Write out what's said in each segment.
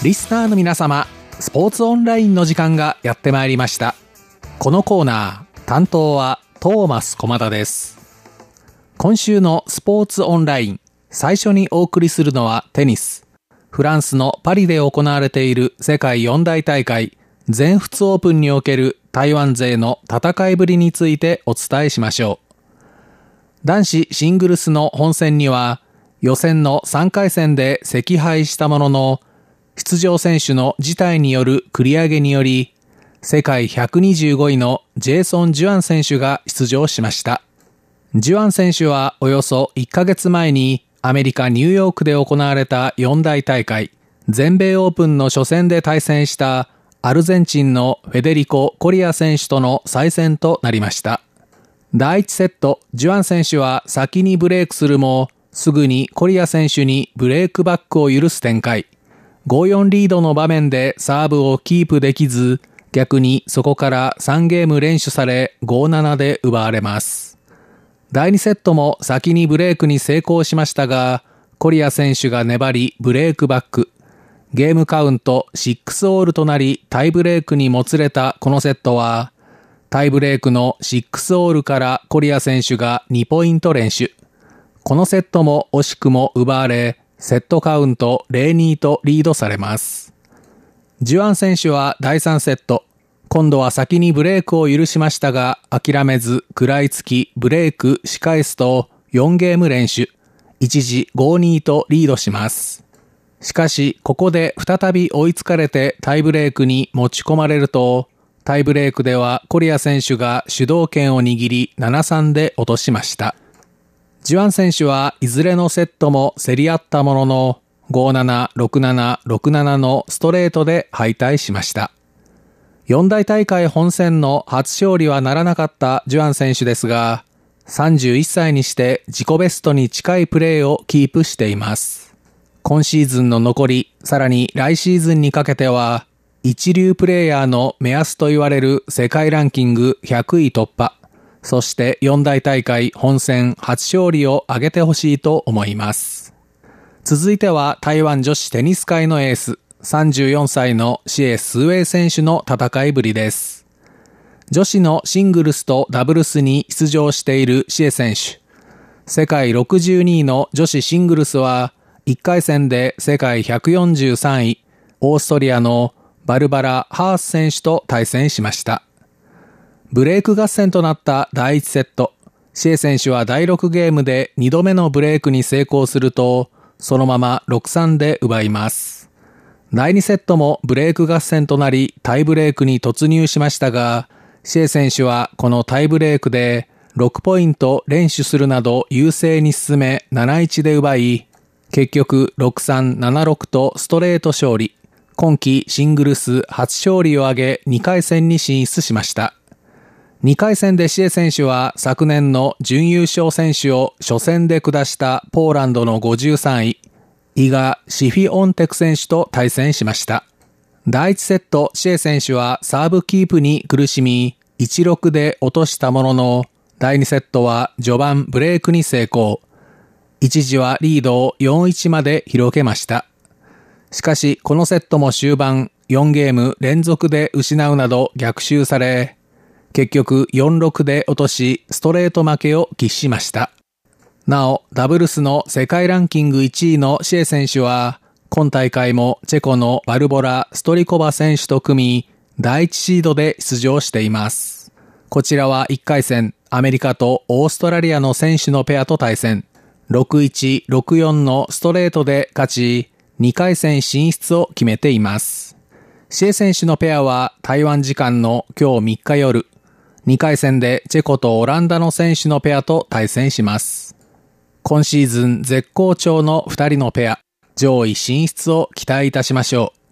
リスナーの皆様、スポーツオンラインの時間がやってまいりました。このコーナー、担当はトーマス駒田です。今週のスポーツオンライン、最初にお送りするのはテニス。フランスのパリで行われている世界四大大会、全仏オープンにおける台湾勢の戦いぶりについてお伝えしましょう。男子シングルスの本戦には、予選の3回戦で惜敗したものの、出場選手の辞退による繰り上げにより、世界125位のジェイソン・ジュアン選手が出場しました。ジュアン選手はおよそ1ヶ月前にアメリカ・ニューヨークで行われた四大大会、全米オープンの初戦で対戦したアルゼンチンのフェデリコ・コリア選手との再戦となりました。第1セット、ジュアン選手は先にブレイクするも、すぐにコリア選手にブレイクバックを許す展開。5-4 リードの場面でサーブをキープできず、逆にそこから3ゲーム連取され 5-7 で奪われます。第2セットも先にブレイクに成功しましたが、コリア選手が粘りブレイクバック。ゲームカウント6オールとなりタイブレイクにもつれたこのセットは、タイブレイクの6オールからコリア選手が2ポイント連取。このセットも惜しくも奪われ、セットカウント 0-2 とリードされます。ジュアン選手は第3セット、今度は先にブレイクを許しましたが、諦めず食らいつきブレイクし返すと4ゲーム連取、一時 5-2 とリードします。しかし、ここで再び追いつかれてタイブレイクに持ち込まれると、タイブレイクではコリア選手が主導権を握り 7-3 で落としました。ジュアン選手はいずれのセットも競り合ったものの 5-7、6-7、6-7 のストレートで敗退しました。四大大会本戦の初勝利はならなかったジュアン選手ですが、31歳にして自己ベストに近いプレーをキープしています。今シーズンの残り、さらに来シーズンにかけては、一流プレイヤーの目安と言われる世界ランキング100位突破、そして四大大会本戦初勝利を挙げてほしいと思います。続いては台湾女子テニス界のエース、34歳のシエ・スウェイ選手の戦いぶりです。女子のシングルスとダブルスに出場しているシエ選手。世界62位の女子シングルスは1回戦で世界143位、オーストリアのバルバラ・ハース選手と対戦しました。ブレイク合戦となった第1セット、シエ選手は第6ゲームで2度目のブレイクに成功すると、そのまま 6-3 で奪います。第2セットもブレイク合戦となりタイブレイクに突入しましたが、シエ選手はこのタイブレイクで6ポイント連取するなど優勢に進め 7-1 で奪い、結局 6-3、7-6とストレート勝利。今季シングルス初勝利を挙げ2回戦に進出しました。2回戦でシエ選手は昨年の準優勝選手を初戦で下したポーランドの53位、イガ・シフィオンテク選手と対戦しました。第1セット、シエ選手はサーブキープに苦しみ、1-6で落としたものの、第2セットは序盤ブレイクに成功。一時はリードを 4-1 まで広げました。しかし、このセットも終盤4ゲーム連続で失うなど逆襲され、結局 4-6 で落としストレート負けを喫しました。なお、ダブルスの世界ランキング1位のシエ選手は、今大会もチェコのバルボラ・ストリコバ選手と組み、第1シードで出場しています。こちらは1回戦、アメリカとオーストラリアの選手のペアと対戦、6-1、6-4のストレートで勝ち、2回戦進出を決めています。シエ選手のペアは台湾時間の今日3日夜、2回戦でチェコとオランダの選手のペアと対戦します。今シーズン絶好調の2人のペア、上位進出を期待いたしましょう。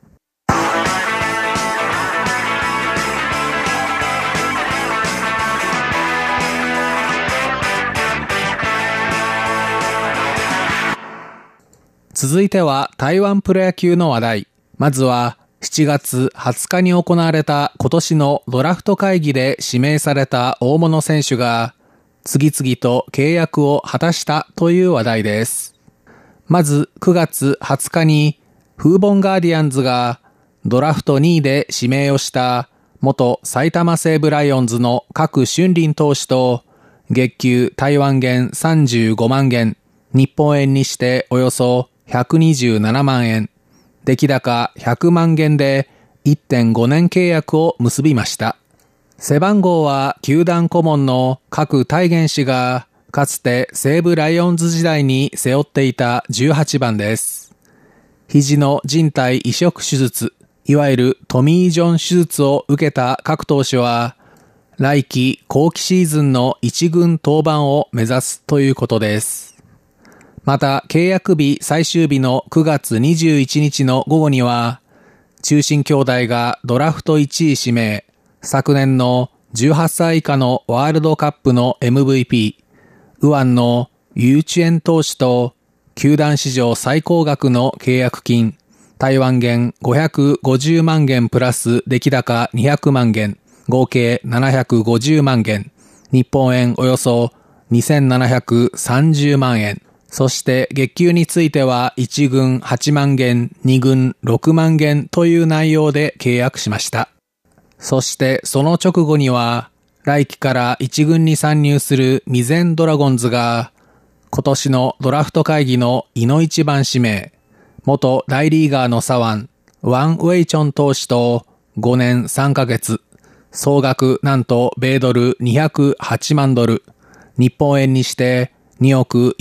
続いては台湾プロ野球の話題。まずは7月20日に行われた今年のドラフト会議で指名された大物選手が次々と契約を果たしたという話題です。まず9月20日にフーボンガーディアンズがドラフト2位で指名をした元埼玉西武ライオンズの郭俊麟投手と月給台湾元35万元、日本円にしておよそ127万円、出来高100万元で 1.5 年契約を結びました。背番号は球団顧問の郭大元氏がかつて西武ライオンズ時代に背負っていた18番です。肘の靭帯移植手術、いわゆるトミー・ジョン手術を受けた郭投手は、来季後期シーズンの一軍登板を目指すということです。また、契約日最終日の9月21日の午後には、中信兄弟がドラフト1位指名、昨年の18歳以下のワールドカップの MVP、右腕のユーチュエン投手と、球団史上最高額の契約金、台湾元550万元プラス出来高200万元、合計750万元、日本円およそ2730万円。そして月給については1軍8万元、2軍6万元という内容で契約しました。そしてその直後には、来季から1軍に参入するミゼンドラゴンズが、今年のドラフト会議のいの一番指名、元大リーガーの左腕、ワン・ウェイチョン投手と5年3ヶ月、総額なんと米ドル208万ドル、日本円にして2億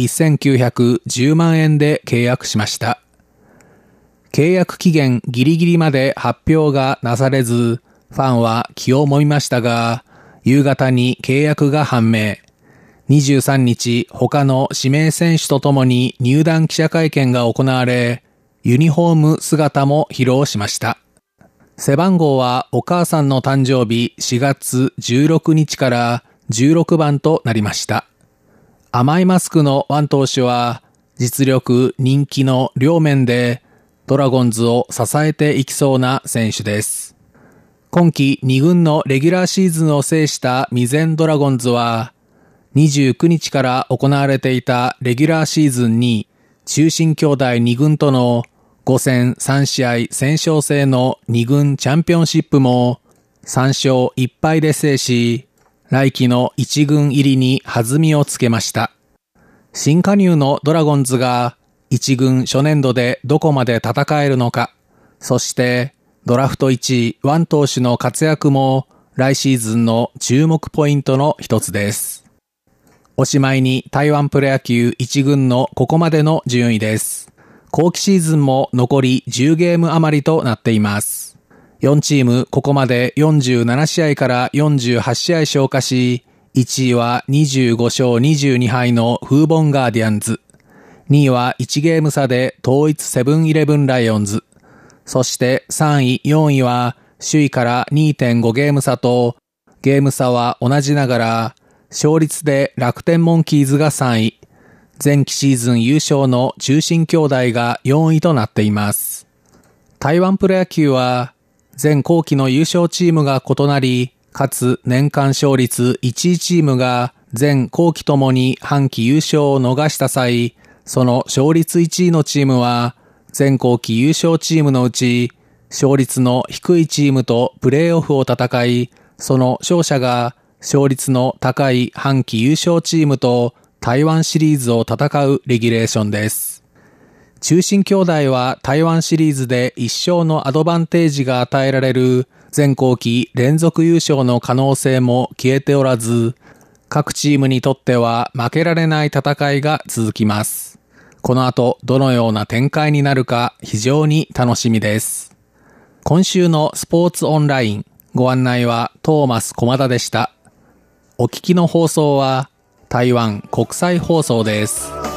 1910万円で契約しました。契約期限ギリギリまで発表がなされず、ファンは気をもみましたが、夕方に契約が判明。23日、他の指名選手とともに入団記者会見が行われ、ユニフォーム姿も披露しました。背番号はお母さんの誕生日4月16日から16番となりました。甘いマスクのワン投手は実力人気の両面でドラゴンズを支えていきそうな選手です。今季2軍のレギュラーシーズンを制したミゼンドラゴンズは29日から行われていたレギュラーシーズンに中信兄弟2軍との5戦3試合先勝制の2軍チャンピオンシップも3勝1敗で制し、来季の1軍入りに弾みをつけました。新加入のドラゴンズが1軍初年度でどこまで戦えるのか、そしてドラフト1位ワン投手の活躍も来シーズンの注目ポイントの一つです。おしまいに台湾プロ野球1軍のここまでの順位です。後期シーズンも残り10ゲーム余りとなっています。4チームここまで47試合から48試合消化し、1位は25勝22敗のフーボンガーディアンズ。2位は1ゲーム差で統一セブンイレブンライオンズ。そして3位、4位は首位から 2.5 ゲーム差と、ゲーム差は同じながら、勝率で楽天モンキーズが3位。前期シーズン優勝の中信兄弟が4位となっています。台湾プロ野球は前後期の優勝チームが異なり、かつ年間勝率1位チームが前後期ともに半期優勝を逃した際、その勝率1位のチームは前後期優勝チームのうち勝率の低いチームとプレーオフを戦い、その勝者が勝率の高い半期優勝チームと台湾シリーズを戦うレギュレーションです。中信兄弟は台湾シリーズで1勝のアドバンテージが与えられる前後期連続優勝の可能性も消えておらず、各チームにとっては負けられない戦いが続きます。この後どのような展開になるか非常に楽しみです。今週のスポーツオンライン、ご案内はトーマス小田でした。お聞きの放送は台湾国際放送です。